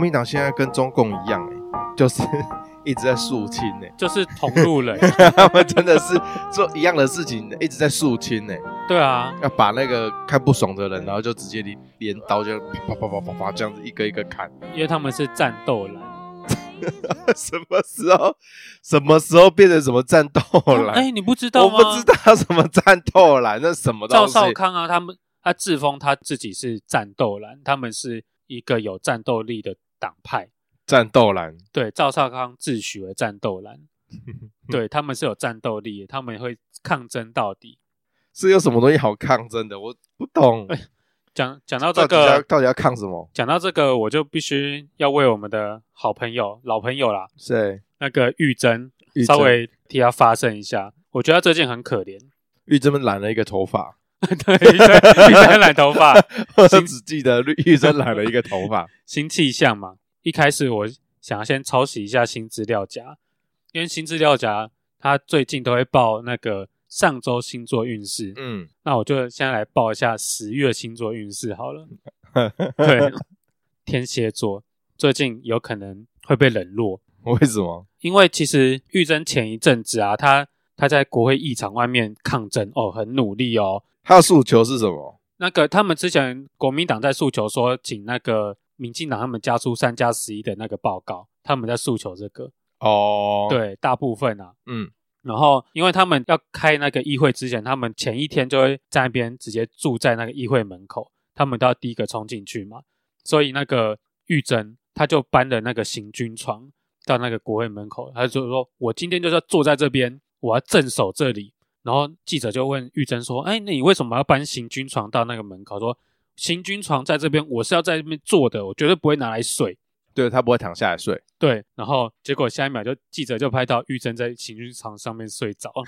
民党现在跟中共一样就是一直在肃清就是同路人他们真的是做一样的事情，一直在肃清对啊， 要把那个看不爽的人，然后就直接连刀就啪啪啪啪啪这样子一个一个砍。 因为他们是战斗蓝什么时候变成什么战斗蓝？ 你不知道吗？ 我不知道什么战斗蓝，那什么东西？ 赵少康啊，他自封他自己是战斗蓝，他们是一个有战斗力的党派。 战斗蓝， 对，赵少康自诩为战斗蓝对，他们是有战斗力的，他们会抗争到底。 是有什么东西好抗争的？我不懂。 讲到这个到底要抗什么？ 讲到这个，我就必须要为我们的好朋友、老朋友啦， 谁？ 那个玉珍稍微替他发声一下。我觉得他最近很可怜。 玉珍染了一个头发， 对，玉珍染头发， 我只记得玉珍染了一个头发， 新气象嘛。一开始我想要先抄袭一下新资料夹，因为新资料夹它最近都会报那个上周星座运势，那我就现在来报一下10月星座运势好了。对，天蝎座最近有可能会被冷落。 为什么？ 因为其实玉珍前一阵子啊，他在国会议场外面抗争很努力哦。 他的诉求是什么？ 那个他们之前国民党在诉求说，请那个民进党他们加出3+11的那个报告，他们在诉求这个。对，大部分啊。然后因为他们要开那个议会之前，他们前一天就会在那边直接住在那个议会门口，他们都要第一个冲进去嘛。所以那个玉珍他就搬了那个行军床到那个国会门口，他就说我今天就是要坐在这边，我要镇守这里。然后记者就问玉珍说，那你为什么要搬行军床到那个门口？说行军床在这边，我是要在这边坐的，我绝对不会拿来睡。 对，他不会躺下来睡。 对，然后结果下一秒记者就拍到玉珍在行军床上面睡着。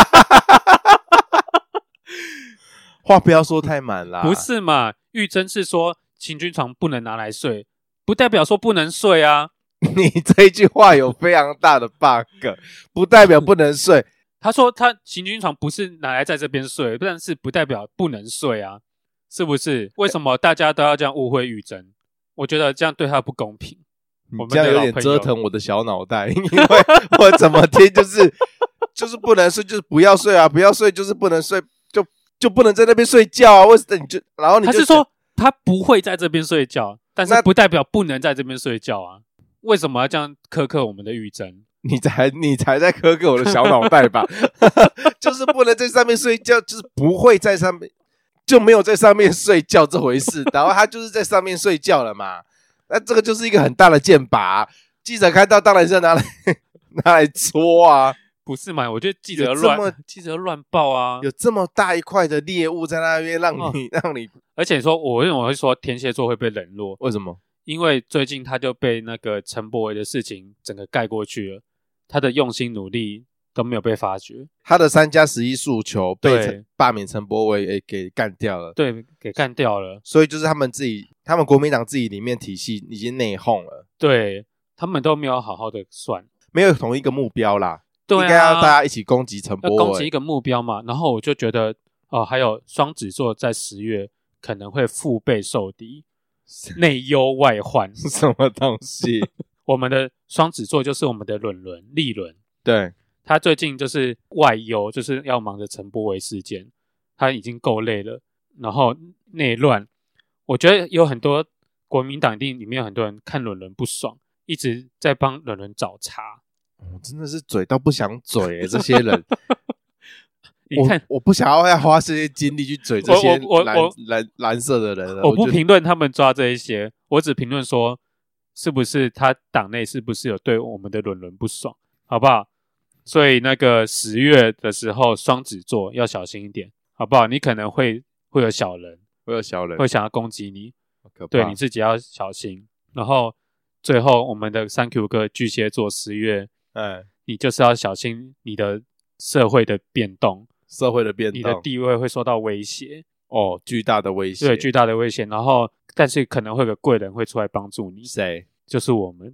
话不要说太满啦。 不是嘛？玉珍是说行军床不能拿来睡，不代表说不能睡啊。 你这一句话有非常大的 bug， 不代表不能睡。 他说他行军床不是拿来在这边睡，但是不代表不能睡啊，是不是？为什么大家都要这样误会玉珍？我觉得这样对他不公平。 你这样有点折腾我的小脑袋，因为我怎么听就是不能睡，就是不要睡啊，不要睡就是不能睡，就不能在那边睡觉啊。为什么然后你就他是说他不会在这边睡觉，但是不代表不能在这边睡觉啊。为什么要这样苛刻我们的玉珍？ 你才在苛刻我的小脑袋吧？就是不能在上面睡觉，就是不会在上面，就没有在上面睡觉这回事。然后他就是在上面睡觉了嘛。那这个就是一个很大的箭靶，记者看到当然是拿来戳啊。不是嘛？我觉得记者乱报啊， 有这么大一块的猎物在那边让你， 而且说我为什么会说天蝎座会被冷落？ 为什么？ 因为最近他就被那个陈柏惟的事情整个盖过去了，他的用心努力都没有被发觉， 他的3+11诉求被罢免陈柏惟给干掉了。 对，给干掉了。 所以就是他们国民党自己里面体系已经内讧了。 对，他们都没有好好的算， 没有同一个目标啦。 对啊， 应该要大家一起攻击陈柏惟， 要攻击一个目标嘛。然后我就觉得还有双子座在10月可能会腹背受敌，内忧外患。 什么东西？ 我们的双子座就是我们的立伦， 对， 他最近就是外忧，就是要忙着陈柏惟事件，他已经够累了，然后内乱，我觉得有很多国民党里面有很多人看伦伦不爽，一直在帮伦伦找茬。 真的是嘴到不想嘴这些人。 你看， 我不想要花这些精力去嘴这些蓝色的人了。 我不评论他们抓这一些，我只评论说是不是他党内是不是有对我们的伦伦不爽，好不好？所以那个10月的时候，双子座要小心一点，好不好？你可能会有小人，会想要攻击你，对，你自己要小心。然后最后我们的3Q 哥巨蟹座10月，你就是要小心你的社会的变动，你的地位会受到威胁。 巨大的威胁。 对，巨大的威胁。然后但是可能会有个贵人会出来帮助你。 谁？ 就是我们。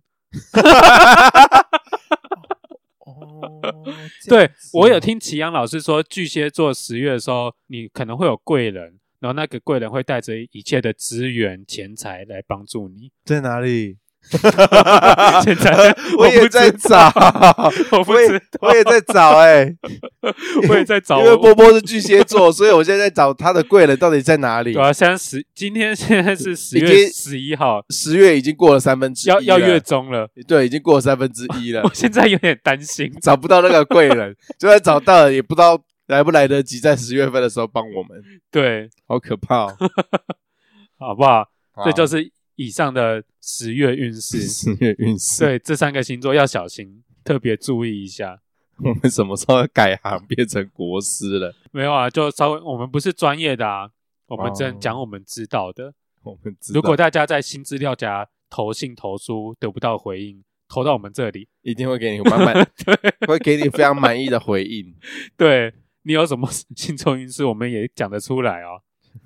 对，我有听祁阳老师说，巨蟹座10月的时候你可能会有贵人，然后那个贵人会带着一切的资源钱财来帮助你。 在哪里？ 现在我也在找，我也在找我也在找， 因为波波是巨蟹座，所以我现在在找他的贵人到底在哪里。 对啊，今天现在是10月11号 ，10月已经过了1/3了， 要月中了， 对，已经过了1/3了。 我现在有点担心， 找不到那个贵人，就算找到了，也不知道来不来得及在10月份的时候帮我们。 对， 好可怕哦， 好不好？这就是以上的10月运势。 10月运势， 对，这3个星座要小心，特别注意一下。 我们什么时候改行变成国师了？ 没有啊，就稍微我们不是专业的啊，我们只能讲我们知道的。 我们知道， 如果大家在新资料夹投信投书得不到回应，投到我们这里， 一定会给你会给你非常满意的回应。 对，你有什么星座运势，我们也讲得出来哦。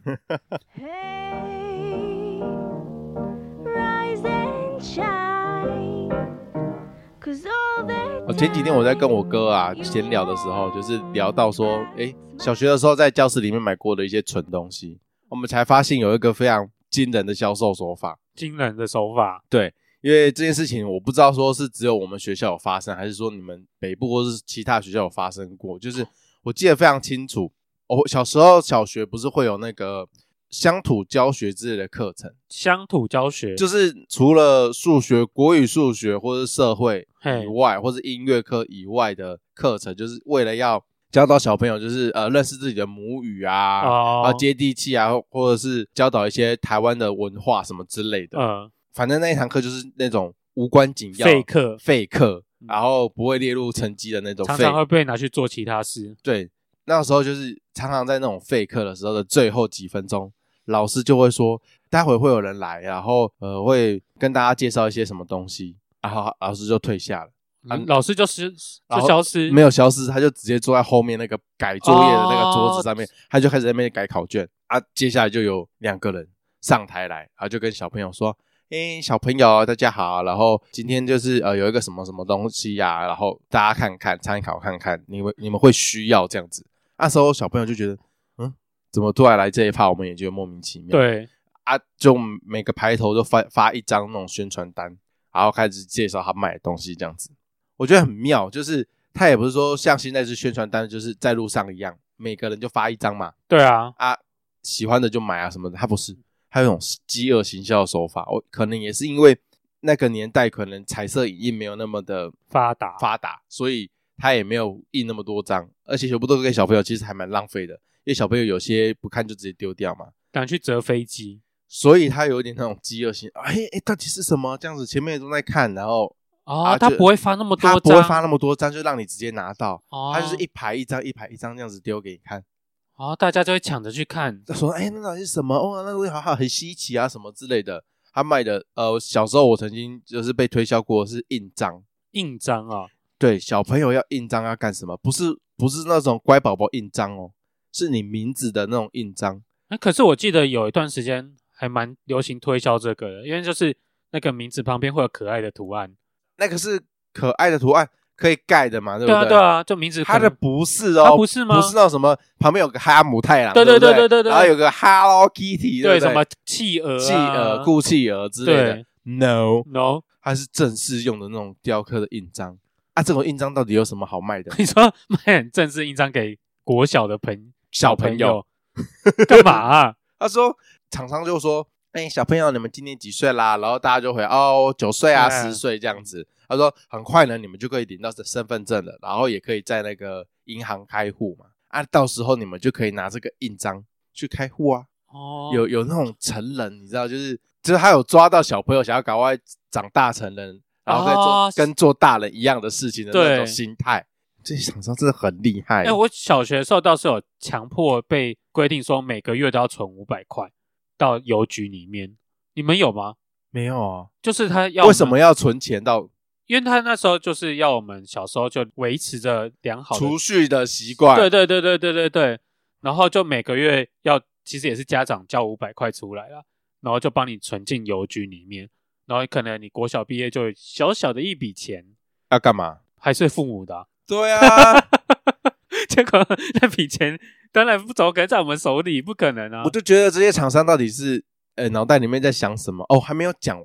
前几天我在跟我哥闲聊的时候，就是聊到说，小学的时候在教室里面买过的一些蠢东西，我们才发现有一个非常惊人的销售手法。 惊人的手法， 对，因为这件事情我不知道说是只有我们学校有发生，还是说你们北部或是其他学校有发生过。就是我记得非常清楚，小时候小学不是会有那个乡土教学之类的课程。 乡土教学就是除了数学、国语、数学或是社会以外，或是音乐科以外的课程，就是为了要教导小朋友，就是认识自己的母语接地气或者是教导一些台湾的文化什么之类的。反正那一堂课就是那种无关紧要废课，然后不会列入成绩的那种常常会被拿去做其他事。 对，那时候就是常常在那种废课的时候的最后几分钟，老师就会说待会会有人来，然后会跟大家介绍一些什么东西，然后老师就退下了。 老师就消失？ 没有消失，他就直接坐在后面那个改作业的那个桌子上面，他就开始在那边改考卷接下来就有2个人上台来，然后就跟小朋友说，小朋友大家好，然后今天就是有一个什么什么东西然后大家看看参考看看，你们会需要这样子。那时候小朋友就觉得怎么突然来这一趴，我们也觉得莫名其妙。 对就每个排头就发一张那种宣传单，然后开始介绍他卖的东西这样子。我觉得很妙，就是他也不是说像现在是宣传单就是在路上一样，每个人就发一张嘛。 对啊， 喜欢的就买什么的，他不是，他有一种饥饿行销的手法。可能也是因为那个年代可能彩色影印没有那么的发达，所以他也没有印那么多张，而且全部都给小朋友，其实还蛮浪费的，因为小朋友有些不看就直接丢掉嘛， 赶去折飞机， 所以他有一点那种饥饿心。到底是什么？这样子前面都在看，然后他不会发那么多张， 他不会发那么多张，就让你直接拿到。他就是一排一张一排一张这样子丢给你看。 大家就会抢着去看， 他说那到底是什么？那个好很稀奇什么之类的。他卖的小时候我曾经就是被推销过是印章对，小朋友要印章要干什么？不是那种乖宝宝印章是你名字的那种印章。 可是我记得有一段时间还蛮流行推销这个的，因为就是那个名字旁边会有可爱的图案。 那个是可爱的图案可以盖的嘛，对不对？ 对啊，就名字它的不是它不是吗？ 不是那种什么旁边有个哈姆太郎， 对， 然后有个 Hello Kitty， 对不对？ 什么企鹅顾企鹅之类的。 No， 它是正式用的那种雕刻的印章这种印章到底有什么好卖的？ 你说卖很正式印章给国小的小朋友干嘛他说厂商就说小朋友你们今年几岁啦？然后大家就回9岁10岁这样子。他说很快呢你们就可以领到身份证了，然后也可以在那个银行开户嘛到时候你们就可以拿这个印章去开户有那种成人你知道，就是他有抓到小朋友想要赶快长大成人，然后可以跟做大人一样的事情的那种心态。这些厂商真的很厉害。 我小学的时候倒是有强迫被规定说每个月都要存500块到邮局里面，你们有吗？ 没有就是他要为什么要存钱到？ 因为他那时候就是要我们小时候就维持着良好的储蓄的习惯。 对，然后就每个月其实也是家长交500块出来啦，然后就帮你存进邮局里面，然后可能你国小毕业就有小小的一笔钱， 要干嘛？ 还是父母的对结果那笔钱当然不怎么可能在我们手里，不可能我就觉得这些厂商到底是脑袋里面在想什么还没有讲完。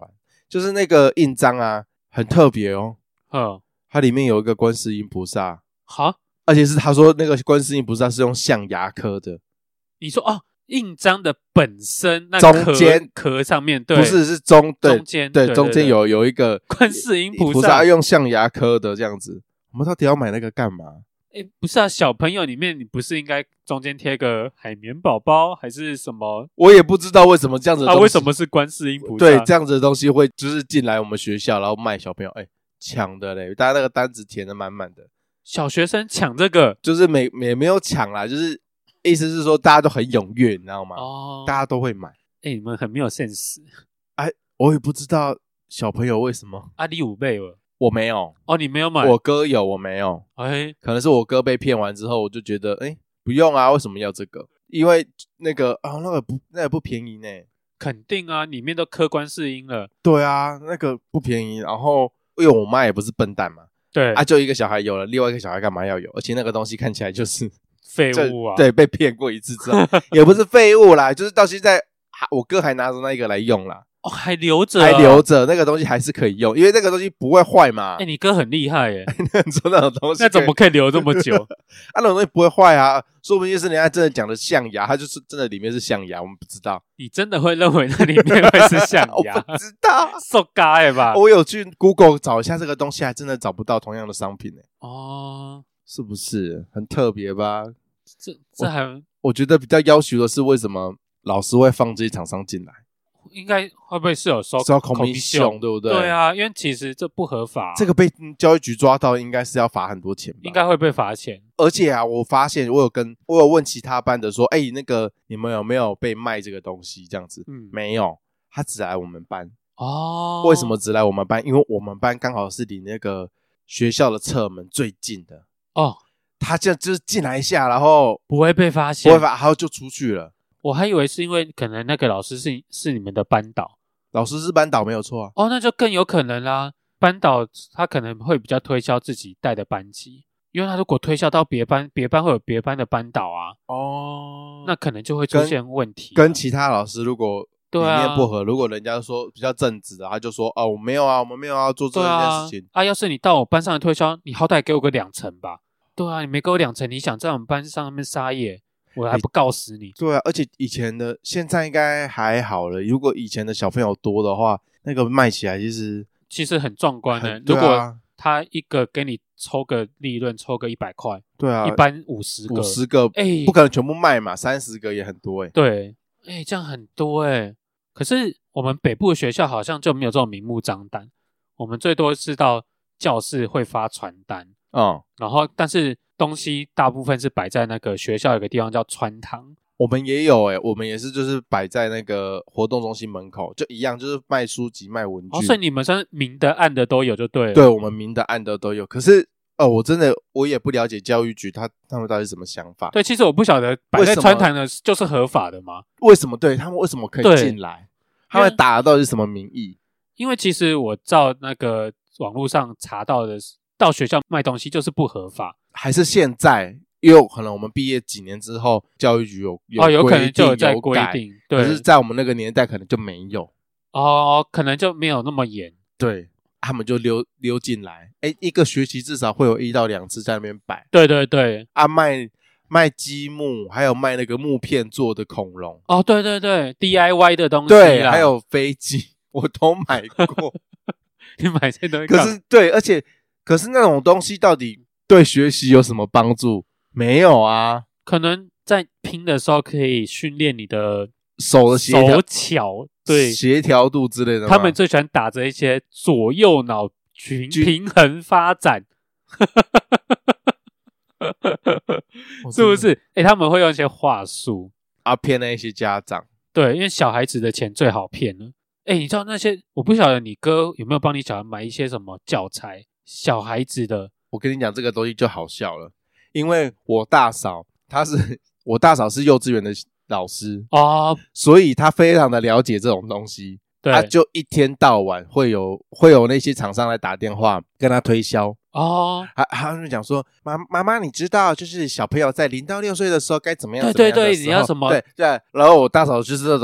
就是那个印章啊，很特别哦。它里面有一个观世音菩萨， 好， 而且是他说那个观世音菩萨是用象牙刻的。 你说哦，印章的本身那中间壳上面，对， 不是中间，对，中间有一个观世音菩萨用象牙刻的这样子。我们到底要买那个干嘛？ 不是啊，小朋友里面你不是应该中间贴个海绵宝宝还是什么？ 我也不知道为什么这样子的东西。 为什么是观世音菩萨？ 对，这样子的东西会就是进来我们学校，然后卖小朋友，抢的嘞，大家那个单子填的满满的。 小学生抢这个， 就是没有抢啦，就是意思是说大家都很踊跃，你知道吗？大家都会买。 你们很没有 sense。 我也不知道小朋友为什么。 你5倍了。 我没有。 你没有买？ 我哥有，我没有。可能是我哥被骗完之后，我就觉得不用啊，为什么要这个？因为那个那个不便宜呢。 肯定啊，里面都刻观世音了。 对啊，那个不便宜。然后因为我妈也不是笨蛋嘛， 对就一个小孩有了，另外一个小孩干嘛要有？而且那个东西看起来就是废物啊。 对，被骗过一次之后也不是废物啦，就是到现在我哥还拿着那一个来用啦。 还留着那个东西还是可以用，因为那个东西不会坏嘛。 你哥很厉害耶。 你说那种东西那怎么可以留这么久？ 那种东西不会坏啊，说不定是人家真的讲的象牙，它就是真的里面是象牙，我们不知道。 你真的会认为那里面会是象牙？ 我不知道 ，so gay吧。 我有去 Google 找一下这个东西，还真的找不到同样的商品是不是很特别吧？ 这还我觉得比较要求的是，为什么老师会放这些厂商进来？ 应该会不会是有收 commission， 对不对？ 对啊，因为其实这不合法。 这个被教育局抓到，应该是要罚很多钱吧？ 应该会被罚钱。 而且我发现我有问其他班的说，那个你们有没有被卖这个东西？这样子，没有，他只来我们班。为什么只来我们班？因为我们班刚好是离那个学校的侧门最近的。他就是进来一下，然后不会被发现， 然后就出去了。 我还以为是因为可能那个老师是你们的班导。 老师是班导没有错啊。 那就更有可能啦。班导他可能会比较推销自己带的班级，因为他如果推销到别班会有别班的班导啊。那可能就会出现问题。 跟其他老师如果理念不合，如果人家说比较正直的，他就说我没有啊，我们没有要做这件事情。 要是你到我班上的推销，你好歹给我个2成吧。对啊，你没给我2成，你想在我们班上面撒野，我还不告死你。 对啊，而且现在应该还好了。如果以前的小朋友多的话，那个卖起来其实很壮观的。如果他一个给你抽个利润，抽个100块， 对啊， 一般50 个，不可能全部卖嘛，30个也很多对，这样很多可是我们北部的学校好像就没有这种明目张胆，我们最多是到教室会发传单。然后但是东西大部分是摆在那个学校有个地方叫穿堂。 我们也有我们也是就是摆在那个活动中心门口，就一样，就是卖书籍卖文具。 所以你们是明的暗的都有就对了。 对，我们明的暗的都有。可是我也不了解教育局他们到底是什么想法。 对，其实我不晓得摆在穿堂的就是合法的吗？ 为什么？对，他们为什么可以进来？他们打的到底是什么名义？因为其实我照那个网络上查到的，到学校卖东西就是不合法。 还是现在？因为可能我们毕业几年之后，教育局有可能就有在规定，对。 可是在我们那个年代可能就没有。 可能就没有那么严。 对，他们就溜进来。一个学期至少会有1到2次在那边摆。 对对对。 卖积木，还有卖那个木片做的恐龙。 对对对 ，DIY 的东西。 对，还有飞机，我都买过。 你买这些东西？ 可是对，可是那种东西到底对学习有什么帮助？没有啊。 可能在拼的时候可以训练你的手的手巧，对， 协调度之类的。 他们最喜欢打着一些左右脑平衡发展。是不是？他们会用一些话术骗那些家长。 对，因为小孩子的钱最好骗了。你知道那些，我不晓得你哥有没有帮你小孩买一些什么教材，小孩子的。 我跟你讲，这个东西就好笑了，因为我大嫂是幼稚园的老师所以他非常的了解这种东西。对，他就一天到晚会有那些厂商来打电话跟他推销。他就讲说，妈妈你知道就是小朋友在0到6岁的时候该怎么样？ 对对对，你要什么？ 对，然后我大嫂就是那种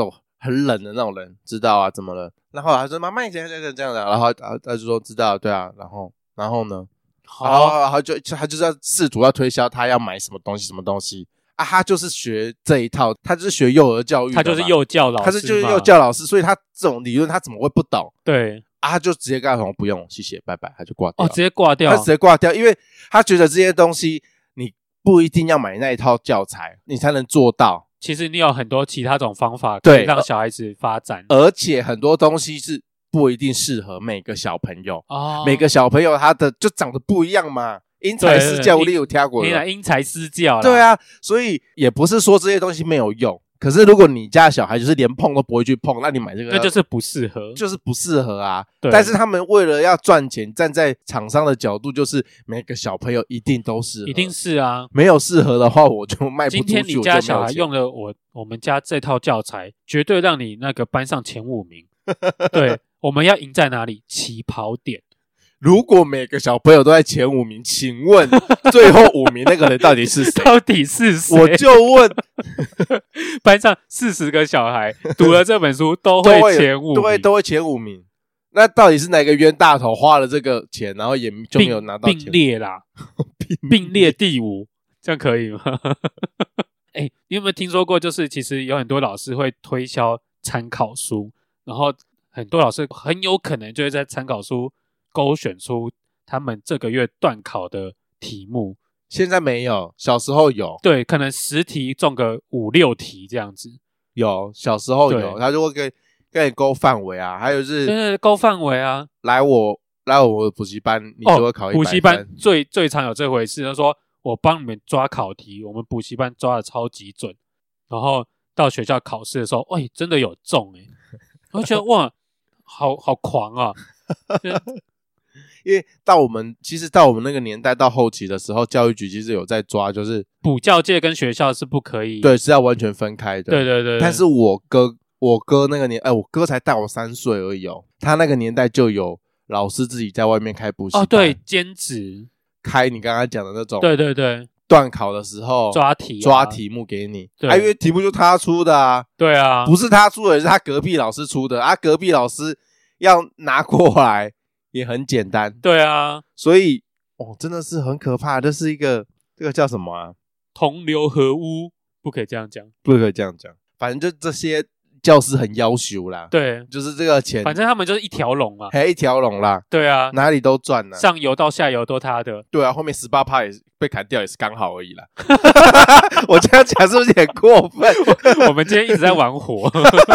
很冷的那种人，知道啊，怎么了？然后他说妈妈你这样的，然后他就说知道，对啊，然后呢？然后他就是要试图要推销他要买什么东西啊，他就是学这一套，他就是学幼儿教育的， 他就是幼教老师， 就是幼教老师，所以他这种理论他怎么会不懂？ 对啊，他就直接跟他说不用，谢谢，拜拜，他就挂掉。 直接挂掉， 他直接挂掉，因为他觉得这些东西你不一定要买那一套教材，你才能做到。 其实你有很多其他种方法可以让小孩子发展， 而且很多东西是不一定适合每个小朋友每个小朋友他的就长得不一样嘛，因材施教，你有听过了？因材施教啦， 对啊，所以也不是说这些东西没有用，可是如果你家的小孩就是连碰都不会去碰，那你买这个那就是不适合， 就是不适合啊。但是他们为了要赚钱，站在厂商的角度，就是每个小朋友一定都适合， 一定是啊， 没有适合的话我就卖不出去。 今天你家小孩用了我们家这套教材，绝对让你那个班上前5名。对，我们要赢在哪里？起跑点。 如果每个小朋友都在前5名，请问最后5名那个人到底是谁？ 到底是谁？ 我就问， 班上40个小孩读了这本书都会前5名， 都会前5名。那到底是哪个冤大头花了这个钱，然后也就没有拿到钱？ 并列啦，并列第5，这样可以吗？你有没有听说过？就是其实有很多老师会推销参考书，然后很多老师很有可能就会在参考书勾选出他们这个月段考的题目。 现在没有，小时候有。 对，可能10题中个5、6题这样子。 有，小时候有，他就会跟你勾范围啊。还有是对勾范围啊。来我的补习班，你就会考100分。 补习班最常有这回事，就是说我帮你们抓考题，我们补习班抓的超级准，然后到学校考试的时候，真的有中我觉得哇，好狂啊！ 因为其实到我们那个年代，到后期的时候，教育局其实有在抓，就是补教界跟学校是不可以， 对，是要完全分开的。 对。 但是我哥那个我哥才大我3岁而已他那个年代就有老师自己在外面开补习班， 对，兼职开你刚刚讲的那种， 对， 段考的时候抓题目给你，因为题目就他出的啊， 对啊， 不是他出的，是他隔壁老师出的啊，隔壁老师要拿过来也很简单， 对啊， 所以真的是很可怕，这是一个这个叫什么啊？ 同流合污，不可以这样讲， 反正就这些教师很要求啦， 对， 就是这个钱， 反正他们就是一条龙嘛， 一条龙啦， 对啊， 哪里都赚了， 上游到下游都他的， 对啊，后面 18% 也被砍掉也是刚好而已啦。我这样讲是不是有点过分？ 我们今天一直在玩火。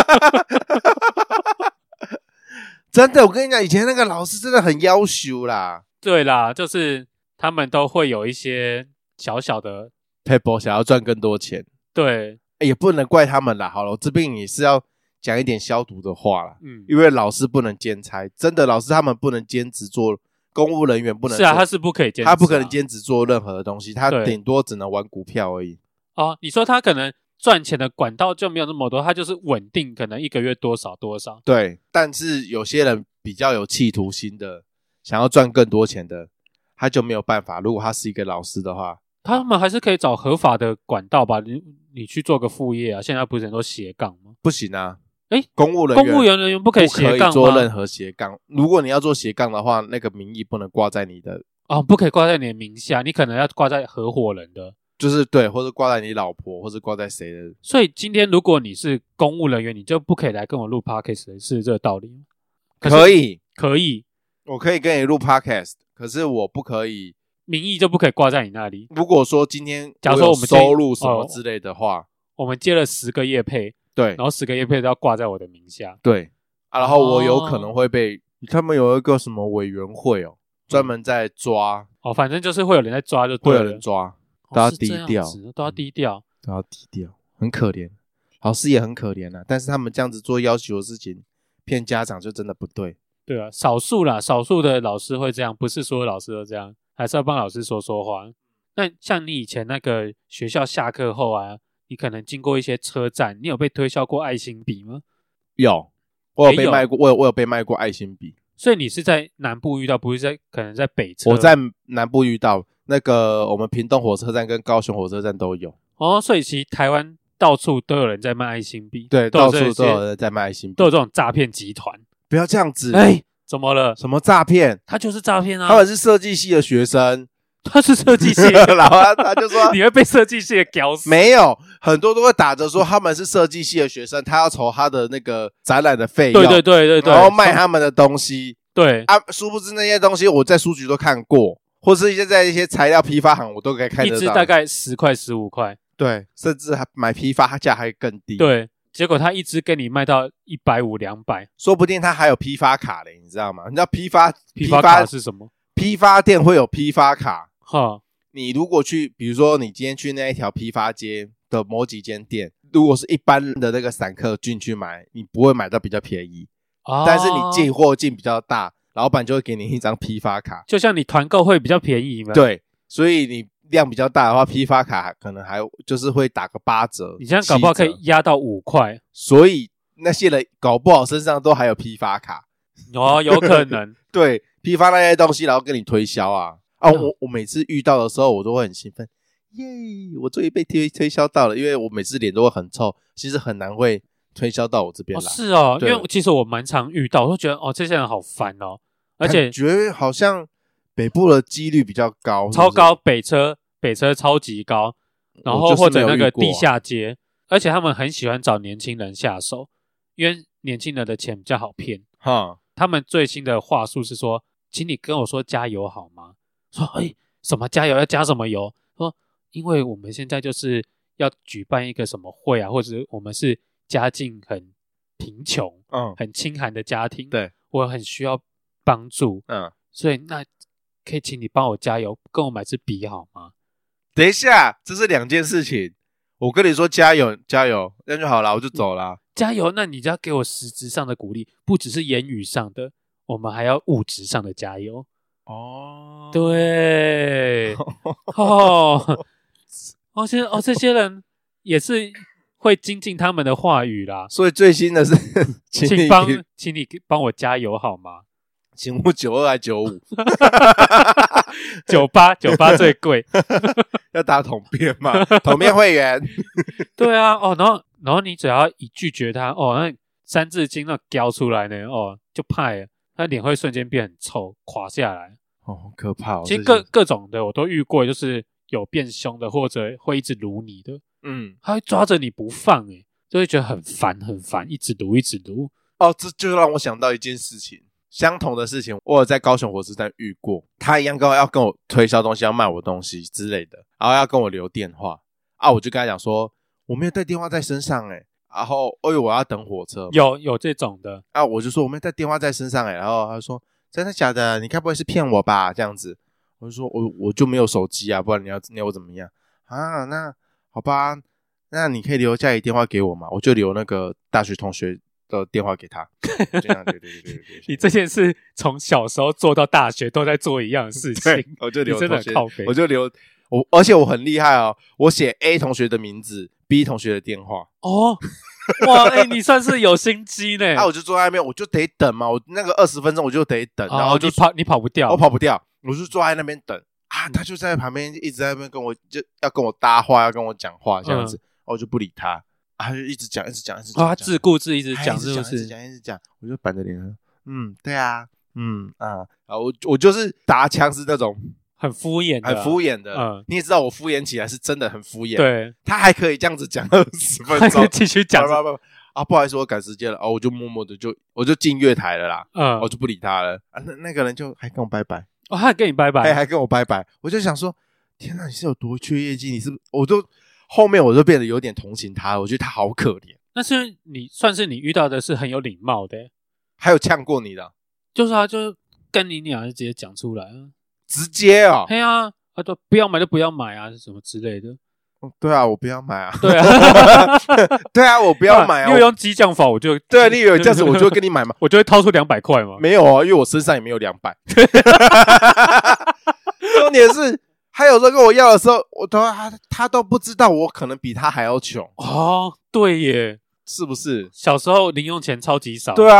真的，我跟你讲，以前那个老师真的很要求啦。 对啦，就是他们都会有一些小小的 paper 想要赚更多钱。 对， 也不能怪他们啦。好了，我这边也是要讲一点消毒的话啦。因为老师不能兼差，真的老师他们不能兼职做公务人员，不能。 是啊，他是不可以兼职， 他不可能兼职做任何的东西，他顶多只能玩股票而已。 你说他可能赚钱的管道就没有那么多，他就是稳定，可能1个月多少。 对，但是有些人比较有企图心的，想要赚更多钱的，他就没有办法。如果他是一个老师的话， 他们还是可以找合法的管道吧。你去做个副业啊，现在不是很多斜杠吗？ 不行啊， 公务人员不可以斜杠吗？ 不可以做任何斜杠。如果你要做斜杠的话，那个名义不能挂在你的不可以挂在你的名下，你可能要挂在合伙人的。 就是对，或者挂在你老婆，或者挂在谁的。 所以今天如果你是公务人员，你就不可以来跟我录 podcast， 是这个道理吗？ 可以，我可以跟你录 podcast， 可是我不可以， 名义就不可以挂在你那里。 如果说今天假如说我们收入什么之类的话， 我们接了10个业配， 对， 然后10个业配都要挂在我的名下， 对然后我有可能会被他们有一个什么委员会专门在抓反正就是会有人在抓，就对了， 会有人抓。都要低调， 都要低调， 很可怜，老师也很可怜啊。但是他们这样子做要求的事情，骗家长就真的不对。 对啊，少数的老师会这样，不是所有老师都这样，还是要帮老师说话。那像你以前那个学校下课后啊，你可能经过一些车站，你有被推销过爱心笔吗？ 有，我有被卖过，我有被卖过爱心笔。 所以你是在南部遇到，不是可能在北车？ 我在南部遇到。那个我们屏东火车站跟高雄火车站都有所以其实台湾到处都有人在卖爱心笔， 对，到处都有人在卖爱心笔， 都有这种诈骗集团。 不要这样子， 怎么了？ 什么诈骗？ 他就是诈骗啊！ 他们是设计系的学生， 他是设计系， 然后他就说你会被设计系的屌死。 没有，很多都会打着说他们是设计系的学生，他要筹他的那个展览的费用， 对， 然后卖他们的东西。 对啊，殊不知那些东西我在书局都看过，或是在一些材料批发行我都可以看得到， 一支大概10块15块， 对，甚至还买批发价还更低。 对，结果他一支跟你卖到150、200， 说不定他还有批发卡嘞，你知道吗？你知道批发卡是什么？ 批发店会有批发卡， 哈， 你如果去，比如说你今天去那一条批发街的某几间店，如果是一般的那个散客进去买，你不会买到比较便宜。但是你进货进比较大，老板就会给你一张批发卡， 就像你团购会比较便宜嘛。 对，所以你量比较大的话，批发卡可能还就是会打个8折， 你这样搞不好可以压到5块。 所以那些人搞不好身上都还有批发卡哦，有可能。 对，批发那些东西然后跟你推销啊。我每次遇到的时候我都会很兴奋，耶，我终于被推销到了，因为我每次脸都会很臭，其实很难会推销到我这边来。 是哦，因为其实我蛮常遇到，我都觉得这些人好烦哦，而且感觉好像北部的几率比较高， 超高，北车超级高，然后或者那个地下街，而且他们很喜欢找年轻人下手，因为年轻人的钱比较好骗。他们最新的话术是说，请你跟我说加油好吗？说什么加油，要加什么油？说因为我们现在就是要举办一个什么会啊，或者我们是家境很贫穷很清寒的家庭， 对， 我很需要帮助，所以那可以请你帮我加油，跟我买支笔好吗？ 等一下，这是2件事情。我跟你说加油，那就好了，我就走了。 加油，那你就要给我实质上的鼓励，不只是言语上的，我们还要物质上的加油。对，这些人也是会精进他们的话语啦。 所以最新的是请你帮我加油好吗？ 请勿92还95 98最贵要打统编嘛，统编会员对啊，然后你只要一拒绝他，那三字经那飙出来呢，就派了，他脸会瞬间变很臭，垮下来， 好可怕。 其实各种的我都遇过，就是有变凶的，或者会一直撸你的，他会抓着你不放，就会觉得很烦，一直撸。 这就让我想到一件事情，相同的事情我有在高雄火车站遇过，他一样要跟我推销东西，要卖我东西之类的，然后要跟我留电话我就跟他讲说我没有带电话在身上然后我要等火车， 有这种的我就说我没有带电话在身上然后他说真的假的，你该不会是骗我吧，这样子。我就说我就没有手机不然你要我怎么样那好吧，那你可以留家里电话给我吗？我就留那个大学同学的电话给他这样对你这件事从小时候做到大学都在做一样的事情我就留你真的很靠北， 我就留而且我很厉害我写 A 同学的名字 B 同学的电话哇你算是有心机呢我就坐在那边，我就得等嘛，我那个20分钟我就得等然后你跑不掉， 我跑不掉，我就坐在那边等他就在旁边一直在那边就要跟我搭话，要跟我讲话这样子我就不理他他就一直讲他自顾自一直讲是不是？ 一直讲我就板着脸对啊我就是打枪是那种很敷衍的你也知道我敷衍起来是真的很敷衍， 对， 他还可以这样子讲20分钟， 还可以继续讲不好意思我赶时间了我就默默的我就进月台了啦我就不理他了那个人就还跟我拜拜他还跟你拜拜还跟我拜拜，我就想说天哪，你是有多缺业绩，你是我都后面我就变得有点同情他，我觉得他好可怜。 那是你算是你遇到的是很有礼貌的还有呛过你的就是就跟你俩就直接讲出来直接对啊都不要买就不要买什么之类的对啊我不要买对啊对啊我不要买因为用激将法我就对你以为这样子我就会跟你买吗我就会掏出200块嘛没有因为我身上也没有200重点是还有时候跟我要的时候他都不知道我可能比他还要穷对耶， 是不是？ 小时候零用钱超级少。 对啊，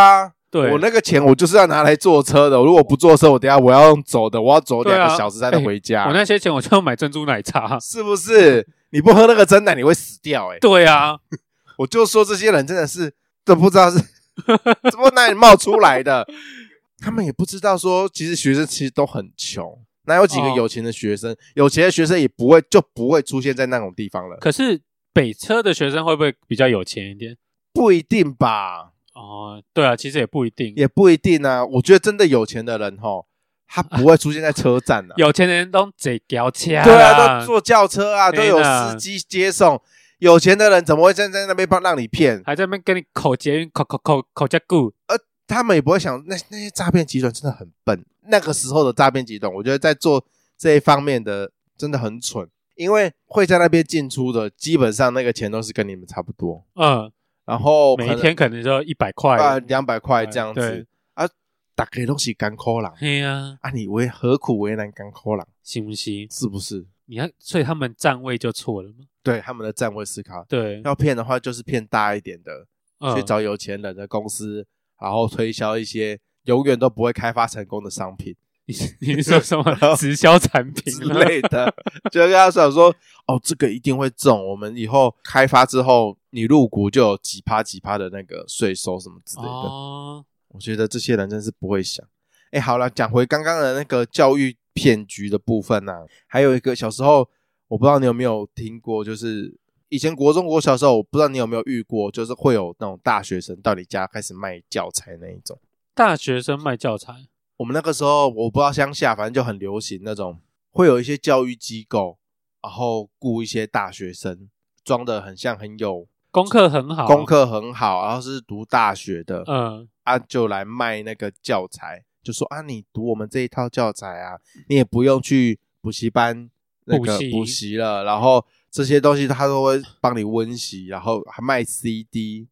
对， 我那个钱我就是要拿来坐车的，如果不坐车，我等一下我要用走的，我要走2个小时才能回家。 我那些钱我就要买珍珠奶茶， 是不是？你不喝那个珍奶你会死掉对啊， 我就说这些人真的是都不知道是怎么哪里冒出来的，他们也不知道说其实学生其实都很穷，哪有几个有钱的学生？有钱的学生也不会出现在那种地方了。 可是北车的学生会不会比较有钱一点？ 不一定吧。 对啊，其实也不一定， 也不一定啊。我觉得真的有钱的人他不会出现在车站啊。 有钱人都坐轿车， 对啊，都坐轿车啊，都有司机接送。有钱的人怎么会站在那边让你骗？ 还在那边跟你口捷运口加固。 他们也不会想那些诈骗集团真的很笨。那个时候的诈骗集团，我觉得在做这一方面的真的很蠢，因为会在那边进出的，基本上那个钱都是跟你们差不多。然后每一天可能就100块 200块这样子啊，大家都是甘苦人。 对啊， 你何苦为难甘苦人？ 行不行？ 是不是？ 所以他们站位就错了吗？ 对，他们的站位思考。 对， 要骗的话就是骗大一点的，去找有钱人的公司，然后推销一些永远都不会开发成功的商品。 你说什么直销产品之类的，就跟他说这个一定会中，我们以后开发之后你入股就有几趴的那个税收什么之类的。我觉得这些人真是不会想。好了，讲回刚刚的那个教育骗局的部分啊，还有一个小时候我不知道你有没有听过，就是以前国中国小的时候，我不知道你有没有遇过，就是会有那种大学生到你家开始卖教材那一种。 大学生卖教材？ 我们那个时候我不知道乡下，反正就很流行那种，会有一些教育机构，然后雇一些大学生，装得很像很有功课很好， 然后是读大学的，就来卖那个教材，就说你读我们这一套教材啊，你也不用去补习班那个补习了，然后这些东西他都会帮你温习，然后还卖 CD。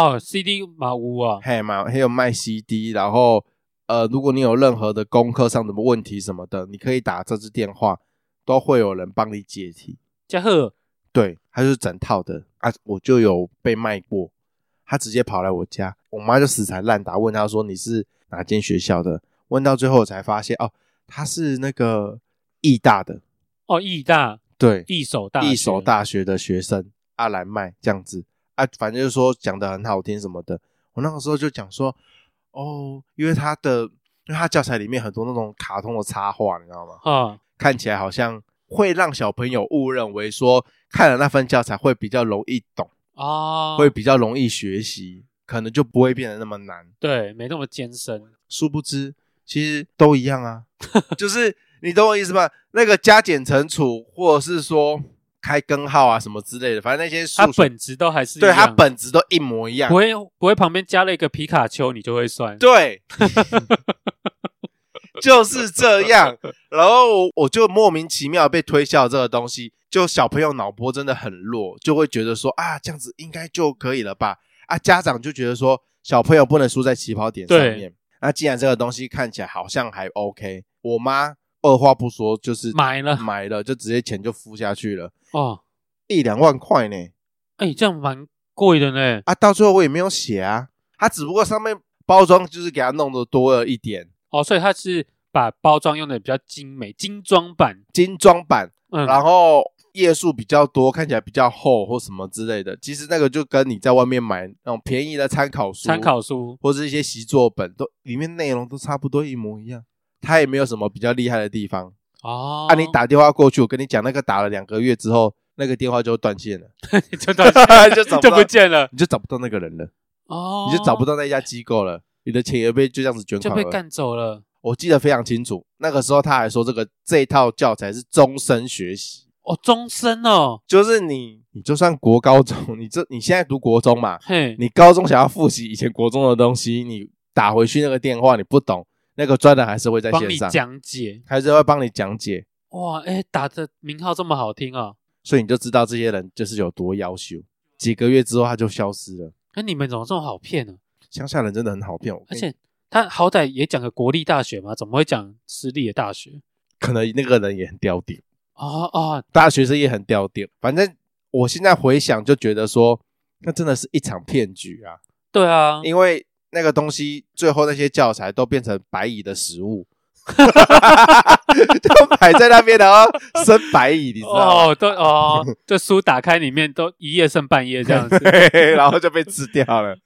CD 嘛有啊， 还有卖 CD， 然后如果你有任何的功课上的问题什么的，你可以打这支电话，都会有人帮你解题。 这好， 对，他就是整套的我就有被卖过，他直接跑来我家，我妈就死缠烂打问他说你是哪间学校的，问到最后我才发现他是那个艺大的。 艺大，对，一所大学的学生来卖这样子反正就是说讲得很好听什么的。我那个时候就讲说因为他教材里面很多那种卡通的插画，你知道吗？看起来好像会让小朋友误认为说看了那份教材会比较容易懂会比较容易学习，可能就不会变得那么难。 对，没那么艰深。 殊不知其实都一样啊就是你懂我意思吗？那个加减乘除或者是说开根号啊什么之类的，反正那些数学它本质都还是一样， 对，它本质都一模一样， 不会旁边加了一个皮卡丘你就会算。 对就是这样。然后我就莫名其妙被推销这个东西，就小朋友脑波真的很弱，就会觉得说这样子应该就可以了吧家长就觉得说小朋友不能输在起跑点上面。那既然这个东西看起来好像还 OK， 我妈二话不说就是买了就直接钱就付下去了，1-2万块呢。 这样蛮贵的呢。 到最后我也没有写他只不过上面包装就是给他弄得多了一点所以他是把包装用的比较精美，精装版然后页数比较多，看起来比较厚或什么之类的。其实那个就跟你在外面买那种便宜的参考书或是一些习作本都里面内容都差不多一模一样，它也没有什么比较厉害的地方你打电话过去，我跟你讲那个打了2个月之后那个电话就断线了就断线就不见了， 你就找不到那个人了你就找不到那家机构了，你的钱也被就这样子卷款了， 就被干走了。 我记得非常清楚，那个时候他还说这一套教材是终身学习终身就是你就算国高中，你现在读国中嘛，你高中想要复习以前国中的东西，你打回去那个电话你不懂，那个专人还是会在线上帮你讲解， 还是会帮你讲解。 哇，打的名号这么好听所以你就知道这些人就是有多优秀，几个月之后他就消失了。 你们怎么这么好骗呢？ 乡下人真的很好骗， 而且他好歹也讲个国立大学嘛，怎么会讲私立的大学？ 可能那个人也很刁顶大学生也很刁顶。反正我现在回想就觉得说那真的是一场骗局对啊， 因为那个东西最后那些教材都变成白蚁的食物。就摆在那边，然后生白蚁，你知道吗？ 这书打开里面都一页剩半页这样子， 然后就被吃掉了。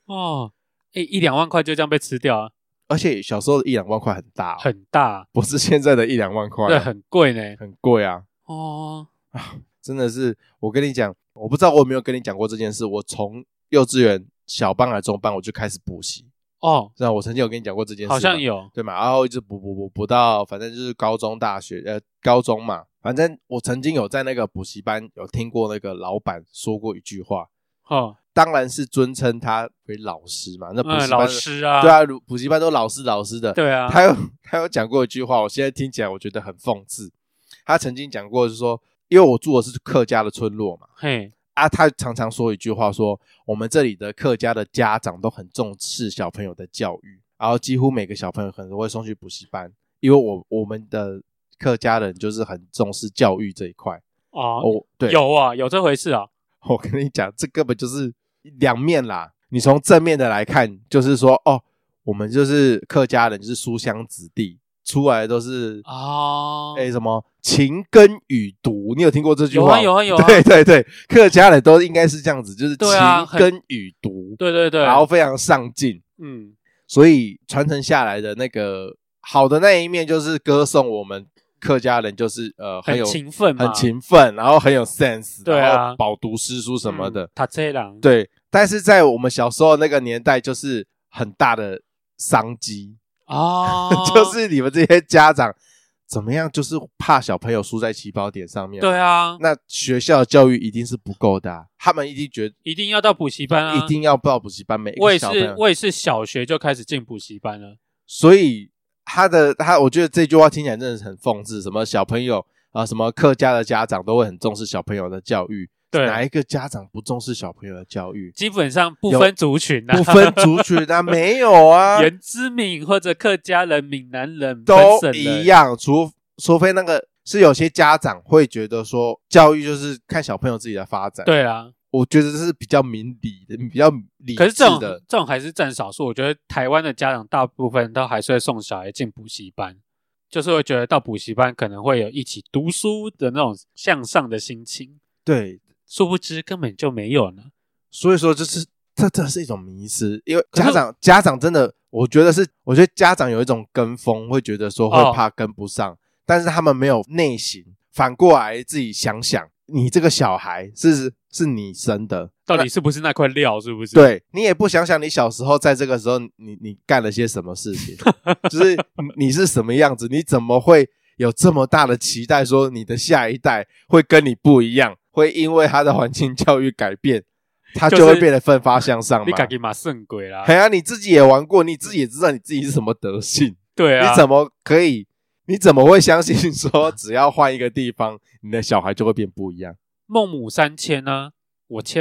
1-2万块就这样被吃掉啊！ 而且小时候的1-2万块很大很大， 不是现在的1-2万块， 对，很贵呢， 很贵啊！真的是，我跟你讲，我不知道我有没有跟你讲过这件事。我从幼稚园小班还是中班我就开始补习。这样我曾经有跟你讲过这件事， 好像有， 对嘛？然后一直补到反正就是高中大学高中嘛，反正我曾经有在那个补习班有听过那个老板说过一句话，当然是尊称他为老师嘛，那补习班老师啊， 对啊，补习班都老师的， 对啊， 他有讲过一句话，我现在听起来我觉得很讽刺。他曾经讲过就是说，因为我住的是客家的村落嘛，他常常说一句话说，我们这里的客家的家长都很重视小朋友的教育，然后几乎每个小朋友可能都会送去补习班，因为我们的客家人就是很重视教育这一块。对， 有这回事啊！ 我跟你讲，这根本就是两面啦。你从正面的来看，就是说我们就是客家人，就是书香子弟，出来都是什么勤耕雨读，你有听过这句话？ 有啊， 对，客家人都应该是这样子，就是勤耕雨读， 对， 然后非常上进，所以传承下来的那个好的那一面就是歌颂我们客家人就是很勤奋，然后很有 sense， 对啊， 然后饱读诗书什么的， 读册人， 对。但是在我们小时候那个年代，就是很大的商机就是你们这些家长怎么样，就是怕小朋友输在起跑点上面。 对啊， 那学校的教育一定是不够的他们一定觉得一定要到补习班一定要到补习班。每一个小朋友我也是小学就开始进补习班了， 所以我觉得这句话听起来真的是很讽刺。什么小朋友什么客家的家长都会很重视小朋友的教育，对，哪一个家长不重视小朋友的教育？ 基本上不分族群不分族群没有啊， 原住民或者客家人、闽南人都一样，除非那个是有些家长会觉得说教育就是看小朋友自己的发展。 对啊， 我觉得这是比较明理的，比较理智的。 可是这种还是占少数。我觉得台湾的家长大部分都还是会送小孩进补习班，就是会觉得到补习班可能会有一起读书的那种向上的心情。 对， 殊不知根本就没有呢。 所以说这真的是一种迷思，因为家长真的，我觉得家长有一种跟风，会觉得说会怕跟不上，但是他们没有内省，反过来自己想想，你这个小孩是你生的， 到底是不是那块料，是不是？ 对，你也不想想你小时候在这个时候你干了些什么事情就是你是什么样子，你怎么会有这么大的期待说你的下一代会跟你不一样，会因为他的环境教育改变他就会变得奋发向上嘛。 你自己嘛圣鬼啦， 你自己也玩过，你自己也知道你自己是什么德性。 对啊， 你怎么会相信说只要换一个地方你的小孩就会变不一样？ 孟母三迁啊，我迁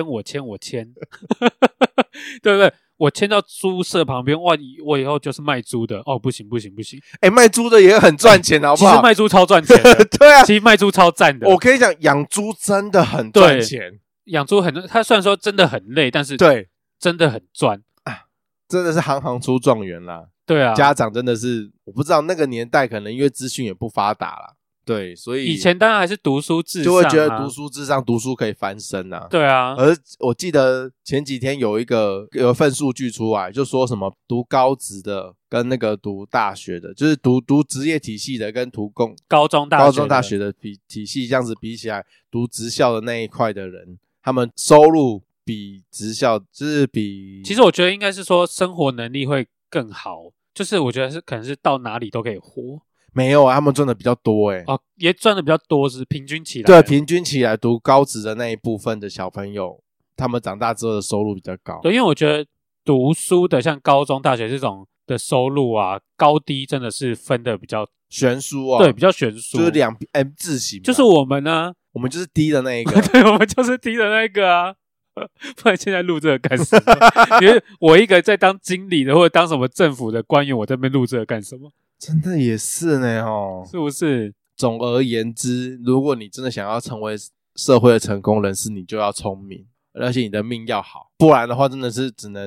对不对？我迁到猪舍旁边，哇，我以后就是卖猪的不行卖猪的也很赚钱好不好？ 其实卖猪超赚钱的对啊， 其实卖猪超赞的。 我跟你讲，养猪真的很赚钱， 养猪它虽然说真的很累，但是对， 真的很赚真的是行出状元啦。 对啊， 家长真的是，我不知道那个年代可能因为资讯也不发达啦，对，所以以前当然还是读书至上就会觉得读书至上，读书可以翻身啊。 对啊， 而我记得前几天有一份数据出来，就说什么读高职的跟那个读大学的，就是读职业体系的跟读高中大学的体系这样子比起来，读职校的那一块的人，他们收入比职校就是比， 其实我觉得应该是说生活能力会更好，就是我觉得是可能是到哪里都可以活。 没有他们赚的比较多也赚的比较多，是平均起来。 对，平均起来读高职的那一部分的小朋友，他们长大之后的收入比较高。 对，因为我觉得读书的像高中大学这种的收入啊，高低真的是分的比较悬殊对，比较悬殊， 就是两 M 字形。 就是我们呢， 我们就是低的那一个对，我们就是低的那一个啊。不然现在录这个干什么？因为我一个在当经理的或者当什么政府的官员，我在那边录这个干什么？ 真的也是呢是不是？ 总而言之，如果你真的想要成为社会的成功人士，你就要聪明，而且你的命要好，不然的话真的是只能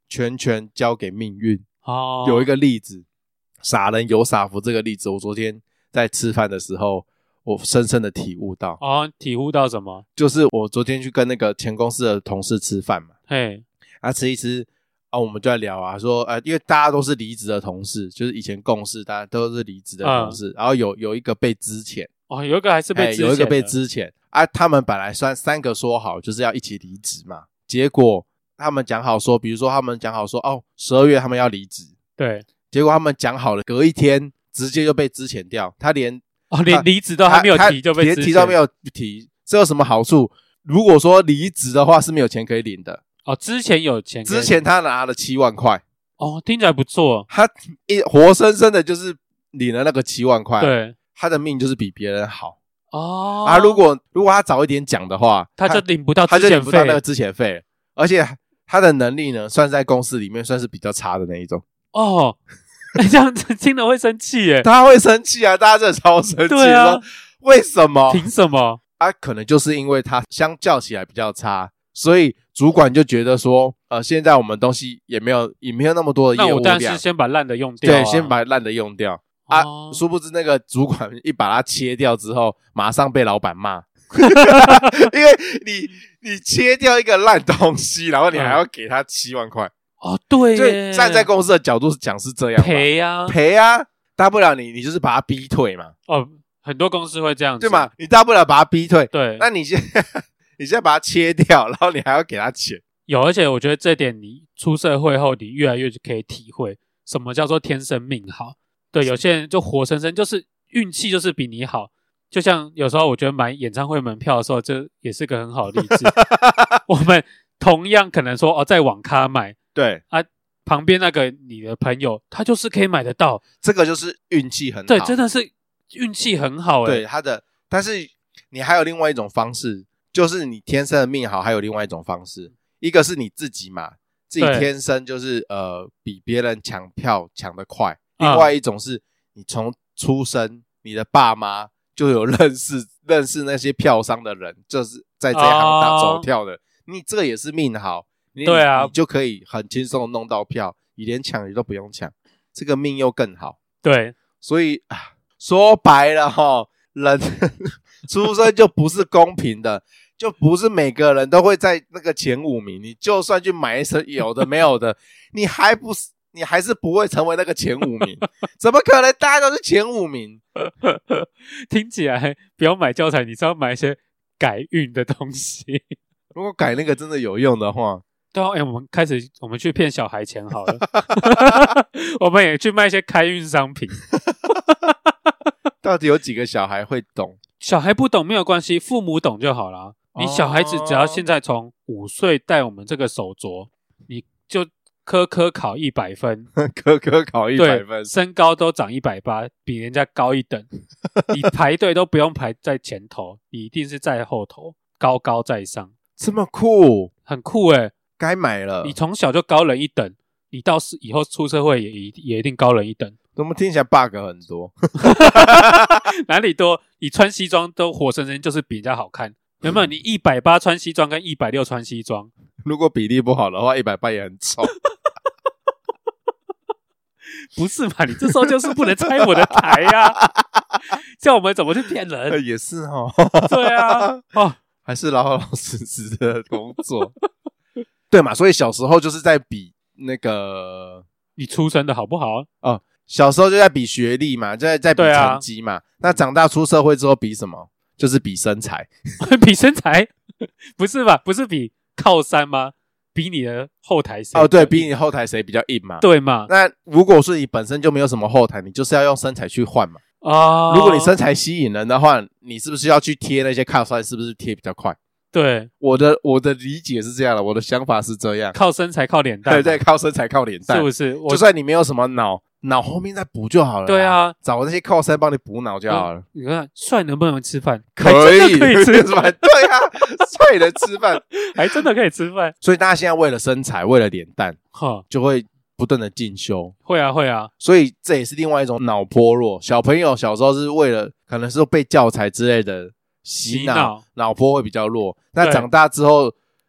全权交给命运。有一个例子，傻人有傻福这个例子，我昨天在吃饭的时候我深深的体悟到。 体悟到什么？ 就是我昨天去跟那个前公司的同事吃饭嘛，吃一吃我们就在聊说因为大家都是离职的同事，就是以前共事大家都是离职的同事，然后有一个被资遣， 有一个还是被资遣， 有一个被资遣他们本来算3个说好就是要一起离职嘛，结果他们讲好说，比如说他们讲好说12月他们要离职， 对， 结果他们讲好了隔一天直接就被资遣掉，他连离职都还没有提就被资遣， 连提都没有提，这有什么好处？如果说离职的话是没有钱可以领的。之前有钱可以领， 之前他拿了7万块。 听起来不错。 他活生生的就是领了那个7万块， 对， 他的命就是比别人好。如果他早一点讲的话， 他就领不到那个资遣费，而且他的能力呢，算在公司里面算是比较差的那一种。 这样子听了会生气耶。 他会生气啊，大家真的超生气。 对啊， 为什么？ 凭什么？ 可能就是因为他相较起来比较差，所以主管就觉得说现在我们东西也没有那么多的业务量， 那我当然是先把烂的用掉。 对，先把烂的用掉殊不知那个主管一把它切掉之后，马上被老板骂。因为你切掉一个烂东西，然后你还要给他7万块。 对耶， 就站在公司的角度讲是这样，赔啊，大不了你就是把他逼退嘛。 很多公司会这样子， 对嘛？你大不了把他逼退， 对， 那你现在把他切掉，然后你还要给他钱。 而且我觉得这点你出社会后，你越来越可以体会什么叫做天生命好。对，有些人就活生生就是运气就是比你好。就像有时候我觉得买演唱会门票的时候，这也是个很好的例子。我们同样可能说在网咖买， 对旁边那个你的朋友他就是可以买得到， 这个就是运气很好。 对，真的是运气很好。 对但是你还有另外一种方式，就是你天生的命好，还有另外一种方式，一个是你自己嘛，自己天生就是比别人抢票抢得快，另外一种是你从出生你的爸妈就有认识那些票商的人，就是在这一行走跳的，你这个也是命好。 对啊， 你就可以很轻松的弄到票，你连抢你都不用抢，这个命又更好。 对， 所以说白了人出生就不是公平的，就不是每个人都会在那个前5名，你就算去买一层有的没有的，你还是不会成为那个前5名。怎么可能大家都是前5名？ 听起来不要买教材，你是要买一些改运的东西。 如果改那个真的有用的话， 对啊，我们去骗小孩钱好了。我们也去卖一些开运商品。 到底有几个小孩会懂？ 小孩不懂没有关系，父母懂就好了。你小孩子只要现在从5岁戴我们这个手镯，你就科考100分。 科考100分， 身高都长180，比人家高一等。你排队都不用排在前头，你一定是在后头，高高在上。 这么酷， 很酷耶。 该买了。 你从小就高人一等，你到以后出社会也一定高人一等。 怎么听起来 bug 很多？ 哪里多？你穿西装都活生生就是比人家好看。有没有？你180穿西装跟160穿西装， 如果比例不好的话，180也很丑。 不是嘛？你这时候就是不能拆我的台啊！叫我们怎么去骗人？ 也是对啊， 还是老实实的工作。对嘛，所以小时候就是在比那个你出生的好不好小时候就在比学历嘛，就在比成绩嘛。那长大出社会之后比什么？就是比身材。 比身材？不是吧？不是比靠山吗？比你的后台谁？ 对，比你后台谁比较硬嘛？ 对嘛？ 那如果是你本身就没有什么后台，你就是要用身材去换嘛。如果你身材吸引人的话，你是不是要去贴那些靠山？是不是贴比较快？ 对， 我的理解是这样的，我的想法是这样， 靠身材靠脸蛋。 对，靠身材靠脸蛋， 是不是？ 就算你没有什么脑后面再补就好了。 对啊， 找那些靠山帮你补脑就好了。 你看帅能不能吃饭？ 可以吃饭。对啊，帅能吃饭， 还真的可以吃饭。 所以大家现在为了身材，为了脸蛋，就会不断的进修。 会啊。 所以这也是另外一种脑波弱。小朋友小时候是为了可能是被教材之类的洗脑，脑波会比较弱。那长大之后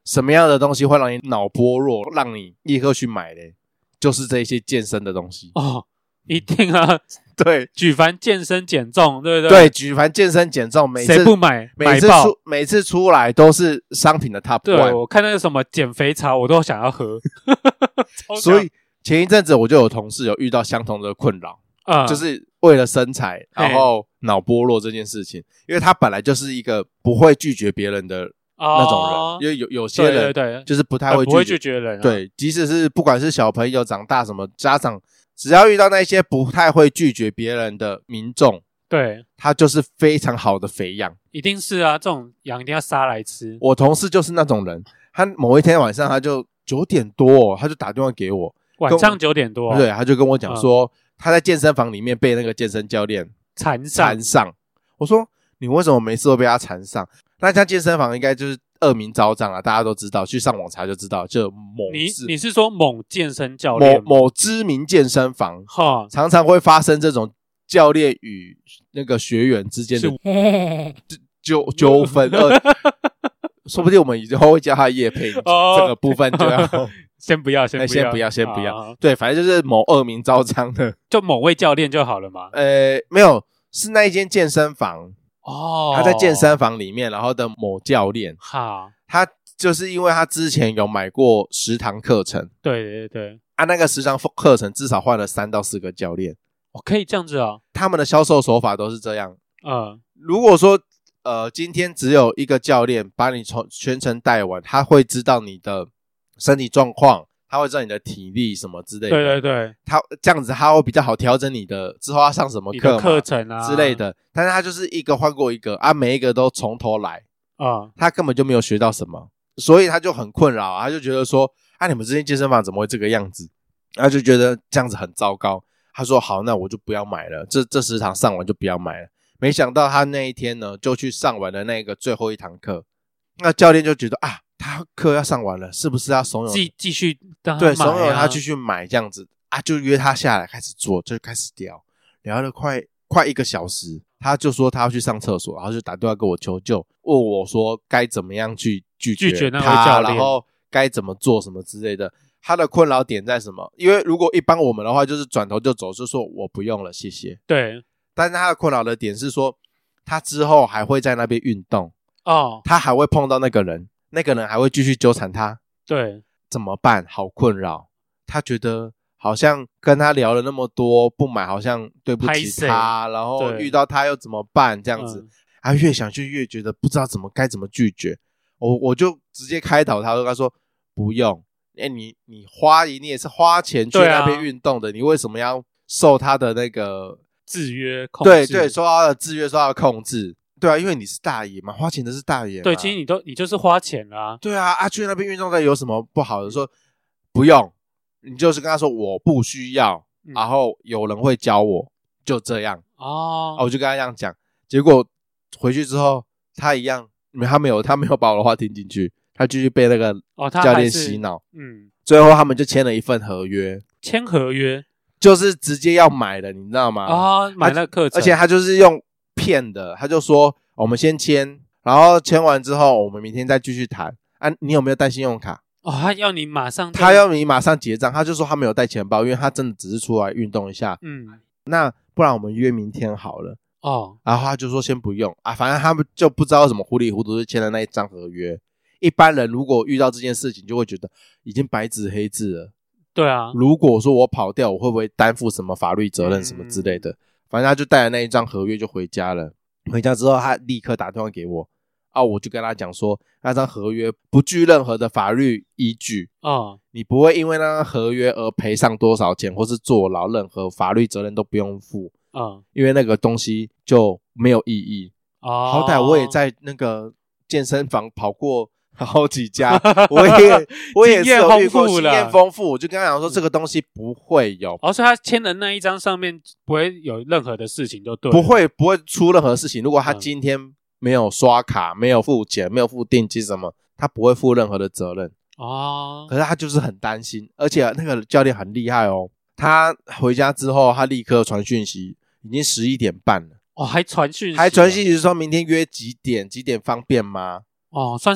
什么样的东西会让你脑波弱，让你立刻去买嘞？就是这些健身的东西哦，一定啊， 对， 举凡健身减重，对不对？ 对，举凡健身减重， 谁不买？ 每次出来都是商品的 top one。 对，我看那个什么减肥茶，我都想要喝。 所以前一阵子我就有同事有遇到相同的困扰，就是为了身材，然后脑波弱这件事情，因为他本来就是一个不会拒绝别人的那种人，因为有些人对就是不太会拒绝人， 对，即使是不管是小朋友长大什么家长，只要遇到那些不太会拒绝别人的民众， 对， 他就是非常好的肥羊， 一定是啊，这种羊一定要杀来吃。 我同事就是那种人，他某一天晚上他就9点多，他就打电话给我， 晚上9点多， 对，他就跟我讲说，他在健身房里面被那个健身教练缠上。我说你为什么每次都被他缠上？那家健身房应该就是恶名昭彰啊，大家都知道，去上网查就知道，就你是说某健身教练某知名健身房，常常会发生这种教练与那个学员之间的纠纷，说不定我们以后会叫他业配，这个部分就要先不要， 对，反正就是某恶名昭彰的， 就某位教练就好了嘛。 没有，是那一间健身房。他在健身房里面，然后的某教练，他就是因为他之前有买过10堂课程， 对， 那个10堂课程至少换了3到4个教练， 可以这样子啊？ 他们的销售手法都是这样。如果说今天只有一个教练把你全程带完，他会知道你的身体状况，他会知道你的体力什么之类的， 对， 他这样子他会比较好调整你的之后要上什么课程啊之类的，但是他就是一个换过一个啊，每一个都从头来他根本就没有学到什么，所以他就很困扰，他就觉得说你们这间健身房怎么会这个样子，他就觉得这样子很糟糕，他说好，那我就不要买了，这10堂上完就不要买了。没想到他那一天呢就去上完了那个最后一堂课，那教练就觉得他课要上完了，是不是要怂恿继续让他对怂恿他继续买这样子就约他下来开始做，就开始聊了快1个小时，他就说他要去上厕所，然后就打电话跟我求救，问我说该怎么样去拒绝那位教练， 然后该怎么做什么之类的。他的困扰点在什么？因为如果一般我们的话就是转头就走，就说我不用了谢谢， 对， 但是他的困扰的点是说他之后还会在那边运动他还会碰到那个人还会继续纠缠他， 对， 怎么办？好困扰，他觉得好像跟他聊了那么多，不买好像对不起他，然后遇到他又怎么办？这样子，他越想就越觉得不知道该怎么拒绝。我就直接开导他，跟他说不用，你也是花钱去那边运动的，你为什么要受他的那个制约控制？ 对，受他的制约，受他的控制。对啊，因为你是大爷嘛，花钱的是大爷嘛。 对，其实你就是花钱啦。 对啊，去那边运动有什么不好的？说不用，你就是跟他说我不需要，然后有人会教我，就这样。我就跟他这样讲，结果回去之后，他一样，他没有把我的话听进去，他继续被那个教练洗脑。最后他们就签了一份合约，就是直接要买了，你知道吗？ 买那课程， 而且他就是用骗的，他就说我们先签，然后签完之后我们明天再继续谈你有没有带信用卡？ 他要你马上结账，他就说他没有带钱包，因为他真的只是出来运动一下。那不然我们约明天好了。然后他就说先不用反正他们就不知道怎么糊里糊涂就签了那一张合约。一般人如果遇到这件事情就会觉得已经白纸黑字了。 对啊， 如果说我跑掉，我会不会担负什么法律责任什么之类的？反正他就带了那一张合约就回家了。回家之后他立刻打电话给我我就跟他讲说那张合约不具任何的法律依据你不会因为那张合约而赔上多少钱或是坐牢，任何法律责任都不用负因为那个东西就没有意义好歹我也在那个健身房跑过好几家我也是有遇过经验丰富，我就跟他讲说这个东西不会有所以他签的那一张上面不会有任何的事情就对了， 不会出任何事情。如果他今天没有刷卡没有付钱没有付定金什么，他不会负任何的责任可是他就是很担心，而且那个教练很厉害他回家之后他立刻传讯息，已经11点半了还传讯息说明天约几点方便吗？ 算是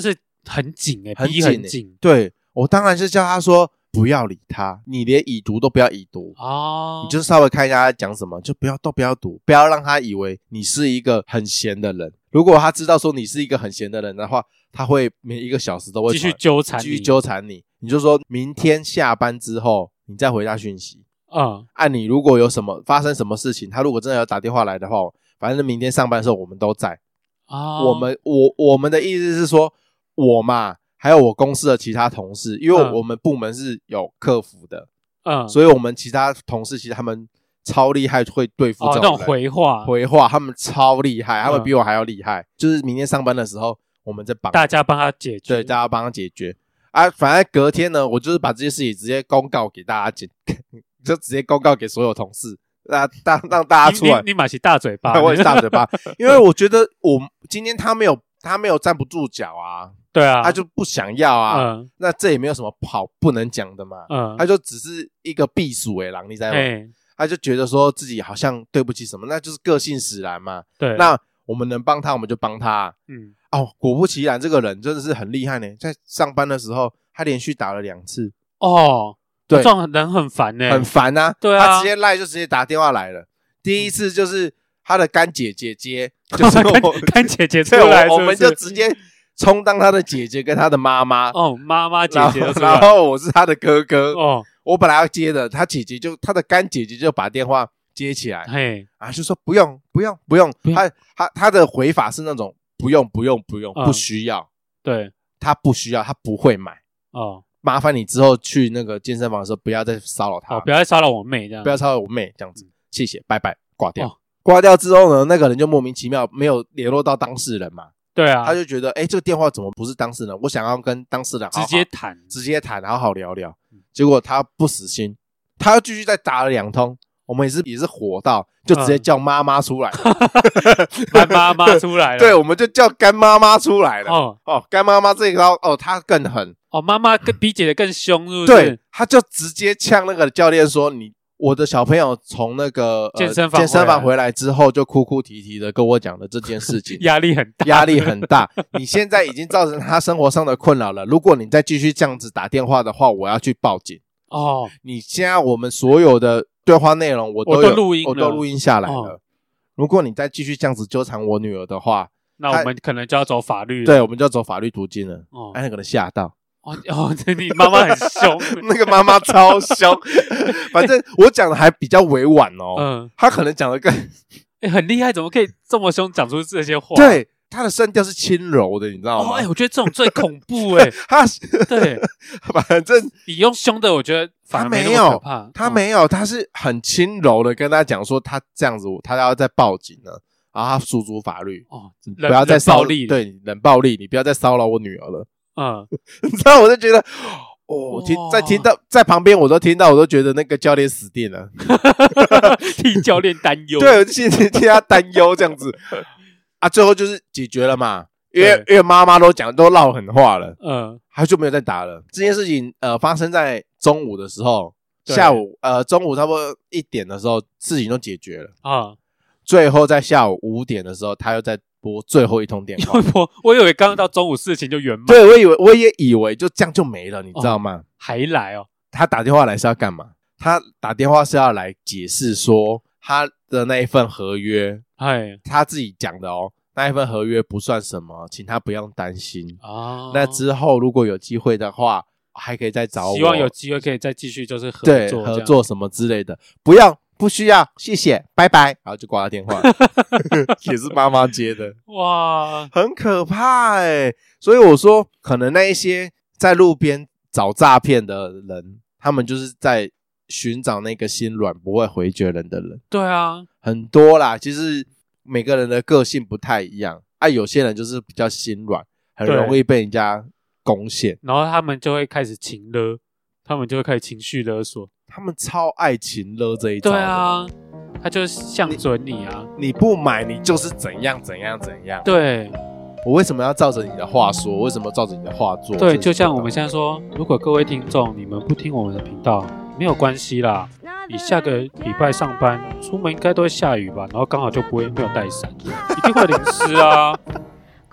很紧很逼很紧。 对，我当然是叫他说不要理他，你连已读都不要已读你就稍微看一下他讲什么，就不要读，不要让他以为你是一个很闲的人。如果他知道说你是一个很闲的人的话，他会每1个小时都会继续纠缠你。 你就说明天下班之后你再回他讯息。你如果有发生什么事情，他如果真的要打电话来的话，反正明天上班的时候我们都在。我们的意思是说，我嘛，还有我公司的其他同事，因为我们部门是有客服的，所以我们其他同事其实他们超厉害，会对付这种人。 那种回话， 他们超厉害，他们比我还要厉害。就是明天上班的时候，我们在大家帮他解决， 对，大家帮他解决反正隔天呢，我就是把这些事情直接公告给大家就直接公告给所有同事，让大家出来。 你买起大嘴巴， 我也是大嘴巴，因为我觉得今天他没有站不住脚啊， 对啊， 他就不想要啊，那这也没有什么不能讲的嘛，他就只是一个避暑的人，你知道吗？他就觉得说自己好像对不起什么，那就是个性使然嘛。 对， 那我们能帮他，我们就帮他。果不其然，这个人真的是很厉害呢，在上班的时候，他连续打了2次。 对，这种人很烦很烦啊。 对啊， 他直接赖就直接打电话来了。第一次就是他的干姐姐接，就是干姐姐出来， 我们就直接充当他的姐姐跟他的妈妈。 妈妈姐姐然后我是他的哥哥。我本来要接的，他的干姐姐就把电话接起来，就说不用，他的回法是那种不用，不需要。 对， 他不需要，他不会买。麻烦你之后去那个健身房的时候，不要再骚扰他， 不要再骚扰我妹这样， 不要骚扰我妹这样子，谢谢，拜拜，挂掉。挂掉之后呢，那个人就莫名其妙没有联络到当事人嘛。 对啊， 他就觉得这个电话怎么不是当事人？我想要跟当事人好好直接谈，好好聊聊。结果他不死心，他又继续再打了2通。我们也是火到，就直接叫妈妈出来了， 干妈妈出来了。 对，我们就叫干妈妈出来了。干妈妈这一招他更狠。 妈妈比姐姐更凶，是不是？ 对，他就直接呛那个教练说：“我的小朋友从那个健身房回来之后，就哭哭啼啼的跟我讲的这件事情， 压力很大。 你现在已经造成他生活上的困扰了。如果你再继续这样子打电话的话，我要去报警。你现在我们所有的对话内容我都录音下来了。如果你再继续这样子纠缠我女儿的话， 那我们可能就要走法律了。 对，我们就要走法律途径了。那个人吓到。 你妈妈很凶， 那个妈妈超凶。反正我讲的还比较委婉他可能讲的更很厉害，怎么可以这么凶讲出这些话？ 对，他的声调是轻柔的，你知道吗？ 我觉得这种最恐怖对， 反正你用凶的，我觉得反而没那么可怕。 他没有，他是很轻柔的跟他讲说，他这样子，他要再报警了，然后他诉诸法律。不要再骚力，对，冷暴力，你不要再骚扰我女儿了。你知道，我就觉得，在旁边我都听到，我都觉得那个教练死定了， 替教练担忧。 对，我就替他担忧这样子最后就是解决了嘛，因为妈妈都唠狠话了，他就没有再打了。这件事情发生在中午的时候，下午中午差不多1点的时候，事情都解决了最后在下午5点的时候，他又在拨最后一通电话。 我以为刚刚到中午事情就圆满。 对，我也以为就这样就没了，你知道吗？ 还来他打电话来是要干嘛？他打电话是要来解释说他的那一份合约，他自己讲的那一份合约不算什么，请他不用担心那之后如果有机会的话，还可以再找我， 希望有机会可以再继续就是合作什么之类的。不需要，谢谢，拜拜，然后就挂他电话。也是妈妈接的。 哇， 很可怕所以我说可能那一些在路边找诈骗的人，他们就是在寻找那个心软不会回绝人的人。 对啊， 很多啦，其实每个人的个性不太一样有些人就是比较心软，很容易被人家攻陷， 然后他们就会开始情勒，他们就会开始情绪勒索， 他们超爱情勒这一招。 对啊，他就向准你啊， 你不买你就是怎样。 对， 我为什么要照着你的话说？为什么照着你的话做？ 对，就像我们现在说，如果各位听众你们不听我们的频道没有关系啦，你下个礼拜上班出门应该都会下雨吧，然后刚好就没有带伞，一定会淋湿啊。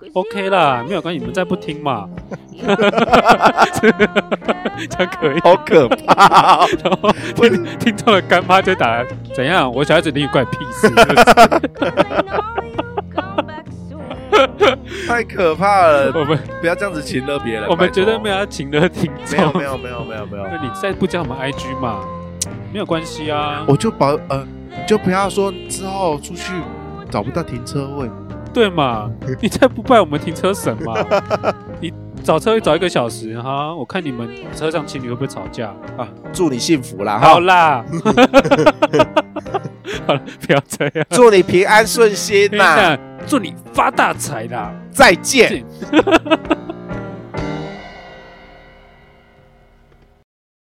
OK 啦，没有关系，你们再不听嘛，这样可以。 好可怕、哦！ 然后听众的干妈就打来，怎样？我小孩子离你怪屁事。 太可怕了！我们不要这样子情勒别人。 我们绝对没有要情勒听众。 没有。 你再不加我们 IG 嘛，没有关系啊。 我就就不要说之后出去找不到停车位。 对嘛？你再不拜我们停车神嘛？你找车会找1个小时哈？我看你们车上情侣会不会吵架啊？ 祝你幸福啦！ 好啦，好了，不要这样。 祝你平安顺心啦！ 祝你发大财啦！ 再见。